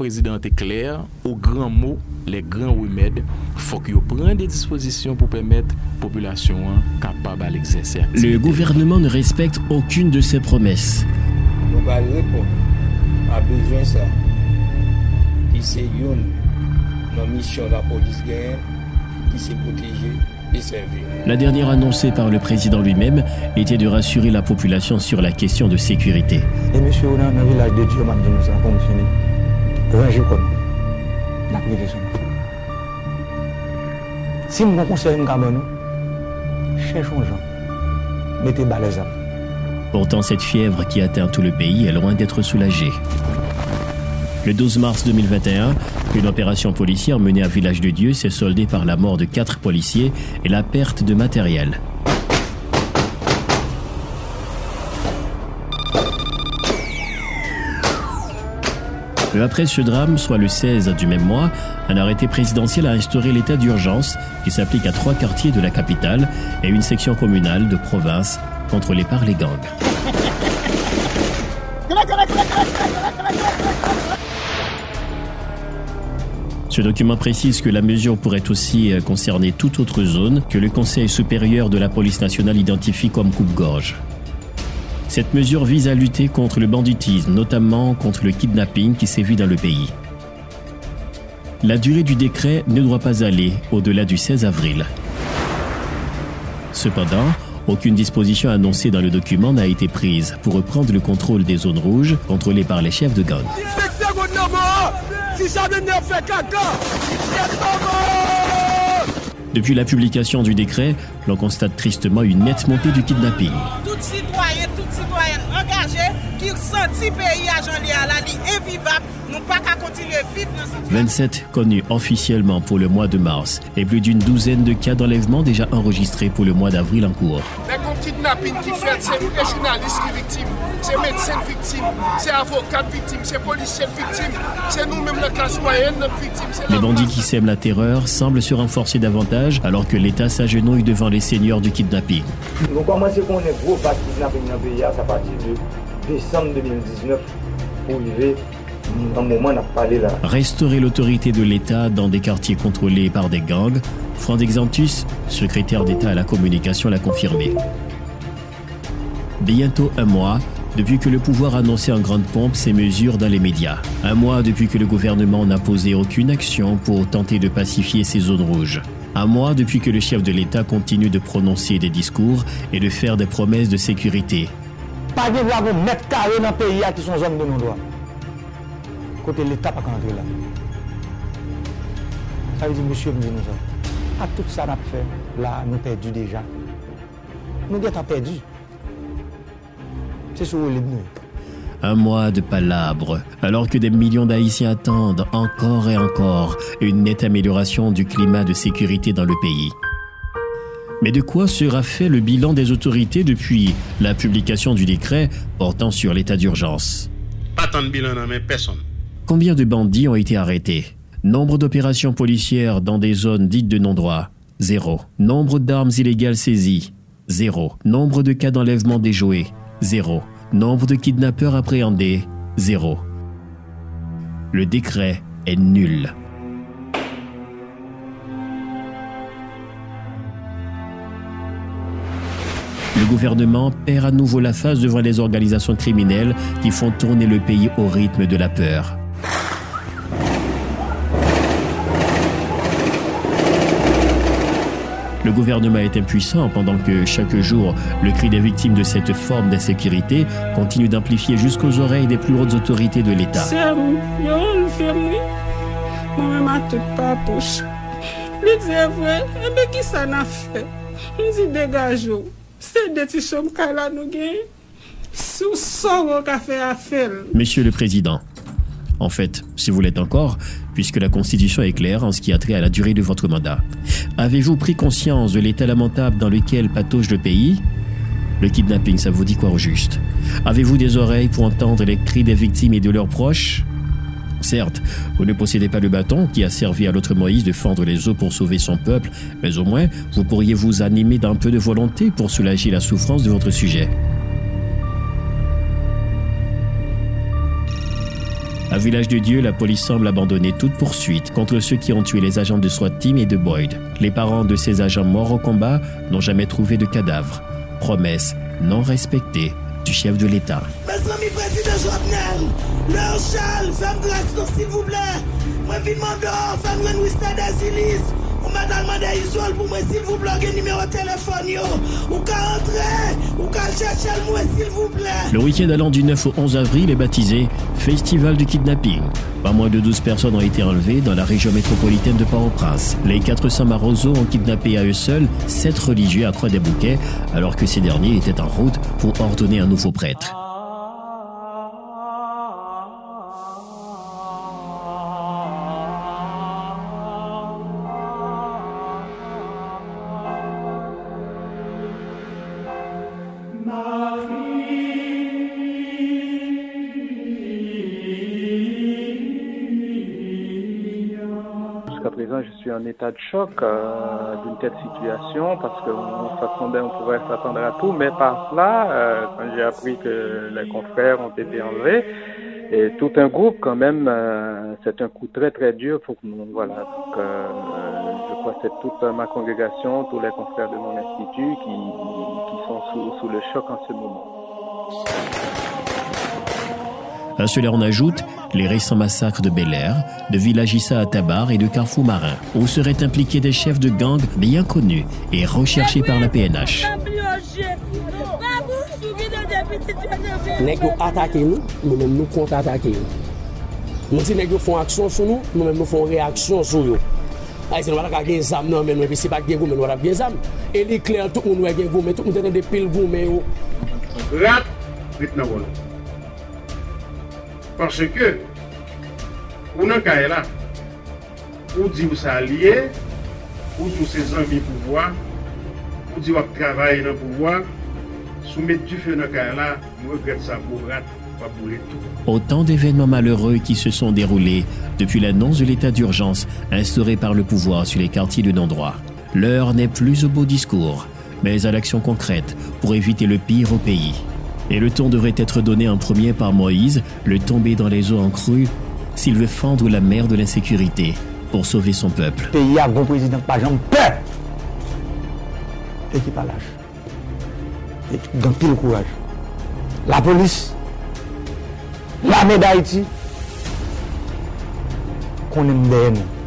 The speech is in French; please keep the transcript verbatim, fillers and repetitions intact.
président est clair, au grand mot, les grands remèdes, il faut qu'il prenne des dispositions pour permettre la population capable d'exercer l'activité. Le gouvernement ne respecte aucune de ses promesses. Nous allons répondre à besoin ça. Qui c'est une mission de la police gagne, qui s'est protégée et servir. La dernière annoncée par le président lui-même était de rassurer la population sur la question de sécurité. Et monsieur, on a un village de Dieu, m'a dit nous ça, comme fini. Rangez comme la protection. Si nous conseillons nous garder nous, cherchons les gens, mettez bas les armes. Pourtant, cette fièvre qui atteint tout le pays est loin d'être soulagée. Le douze mars deux mille vingt et un, une opération policière menée à Village de Dieu s'est soldée par la mort de quatre policiers et la perte de matériel. Peu après ce drame, soit le seize du même mois, un arrêté présidentiel a instauré l'état d'urgence qui s'applique à trois quartiers de la capitale et une section communale de province contrôlée par les gangs. Ce document précise que la mesure pourrait aussi concerner toute autre zone que le Conseil supérieur de la police nationale identifie comme coupe-gorge. Cette mesure vise à lutter contre le banditisme, notamment contre le kidnapping qui sévit dans le pays. La durée du décret ne doit pas aller au-delà du seize avril. Cependant, aucune disposition annoncée dans le document n'a été prise pour reprendre le contrôle des zones rouges contrôlées par les chefs de gang. Depuis la publication du décret, l'on constate tristement une nette montée du kidnapping. Tout citoyen, toute citoyenne engagée qui senti pays à Jean-Léa est vivable, nous pas qu'à continuer à vivre dans cette vingt-sept connus officiellement pour le mois de mars et plus d'une douzaine de cas d'enlèvement déjà enregistrés pour le mois d'avril en cours. Les kidnappings qui fait, c'est nous les journalistes qui victimes, c'est médecins victimes, c'est avocats victimes, c'est policiers victimes, c'est nous-mêmes la classe moyenne victimes. Les bandits qui sèment la terreur semblent se renforcer davantage alors que l'État s'agenouille devant les seigneurs du kidnapping. Nous commençons qu'on est gros pas de kidnapping dans le pays à partir de décembre deux mille dix-neuf pour arriver un moment on a parlé là. Restaurer l'autorité de l'État dans des quartiers contrôlés par des gangs, Franck Exantus, secrétaire d'État à la communication, l'a confirmé. Bientôt un mois depuis que le pouvoir a annoncé en grande pompe ces mesures dans les médias. Un mois depuis que le gouvernement n'a posé aucune action pour tenter de pacifier ces zones rouges. Un mois depuis que le chef de l'État continue de prononcer des discours et de faire des promesses de sécurité. Pas de droit pour mettre carré dans le pays qui sont zones de non-droit. Côté l'État pas rentrer là. Ça veut dire monsieur nous ça. À tout ça n'a fait là nous perdu déjà. Nous avons perdu. C'est sur les nous. Un mois de palabres, alors que des millions d'Haïtiens attendent encore et encore une nette amélioration du climat de sécurité dans le pays. Mais de quoi sera fait le bilan des autorités depuis la publication du décret portant sur l'état d'urgence? Pas tant de bilan, mais personne. Combien de bandits ont été arrêtés? Nombre d'opérations policières dans des zones dites de non-droit? Zéro. Nombre d'armes illégales saisies? Zéro. Nombre de cas d'enlèvement déjoués? Zéro. Nombre de kidnappeurs appréhendés? Zéro. Le décret est nul. Le gouvernement perd à nouveau la face devant les organisations criminelles qui font tourner le pays au rythme de la peur. Le gouvernement est impuissant pendant que chaque jour, le cri des victimes de cette forme d'insécurité continue d'amplifier jusqu'aux oreilles des plus hautes autorités de l'État. C'est un fermé. Moi-même, à toute pas poche. Il dit vrai, et bien qui ça n'a fait? Il dit dégageons. C'est des petits chums qu'elle a nous gagné. Sous son café à faire. Monsieur le Président, en fait, si vous l'êtes encore, puisque la Constitution est claire en ce qui a trait à la durée de votre mandat. Avez-vous pris conscience de l'état lamentable dans lequel patauge le pays? Le kidnapping, ça vous dit quoi au juste? Avez-vous des oreilles pour entendre les cris des victimes et de leurs proches? Certes, vous ne possédez pas le bâton qui a servi à l'autre Moïse de fendre les eaux pour sauver son peuple, mais au moins, vous pourriez vous animer d'un peu de volonté pour soulager la souffrance de votre sujet. À Village de Dieu, la police semble abandonner toute poursuite contre ceux qui ont tué les agents de SWAT Team et de Boyd. Les parents de ces agents morts au combat n'ont jamais trouvé de cadavre. Promesse non respectée du chef de l'État. Mes amis, président Jovenel, leur Charles, femme grâce, s'il vous plaît. Moi, vite m'endors, femme Renouis d'Asilis. Ou madame Manda Isol pour moi, s'il vous plaît, un numéro de téléphone, yo. Ou qu'à entrer, ou qu'à chercher moi, s'il vous plaît. Le week-end allant du neuf au onze avril est baptisé Festival du Kidnapping. Pas moins de douze personnes ont été enlevées dans la région métropolitaine de Port-au-Prince. Les quatre cents Maroso ont kidnappé à eux seuls sept religieux à Croix-des-Bouquets, alors que ces derniers étaient en route pour ordonner un nouveau prêtre. Jusqu'à présent, je suis en état de choc euh, d'une telle situation parce qu'on s'attendait, on pouvait s'attendre à tout, mais par cela, euh, quand j'ai appris que les confrères ont été enlevés, et tout un groupe quand même, euh, c'est un coup très très dur pour nous. Voilà, donc euh, je crois que c'est toute ma congrégation, tous les confrères de mon institut qui, qui sont sous, sous le choc en ce moment. À cela, on ajoute les récents massacres de Bel-Air, de Villagissa à Tabar et de Carrefour Marin, où seraient impliqués des chefs de gang bien connus et recherchés par la P N H. Nèg yo attaqué nous, nous-mêmes nous contre-attaquer. Nous dit nèg yo font action sur nous, nous-mêmes nous font réaction sur eux. Ay c'est pas la gagne zam non mais puis c'est pas gagne mais on a bien zam. Et les clair tout le monde gagne mais tout le monde des pile goumé yo. Rat vite na wol. Parce que on a caille là. Ou dit ou ça lié, ou tous ses amis pouvoir, ou dit ou travailler dans le pouvoir. Soumettre du feu dans le là, nous regrettons ça pour rat, pas pour tout. Autant d'événements malheureux qui se sont déroulés depuis l'annonce de l'état d'urgence instauré par le pouvoir sur les quartiers de non-droit. L'heure n'est plus au beau discours, mais à l'action concrète pour éviter le pire au pays. Et le ton devrait être donné en premier par Moïse, le tombé dans les eaux en crue, s'il veut fendre la mer de l'insécurité pour sauver son peuple. Le pays a un bon président, pas jamais peur. Et qui pas lâche. Et dans tout le courage. La police, l'armée d'Haïti, qu'on aime derrière nous.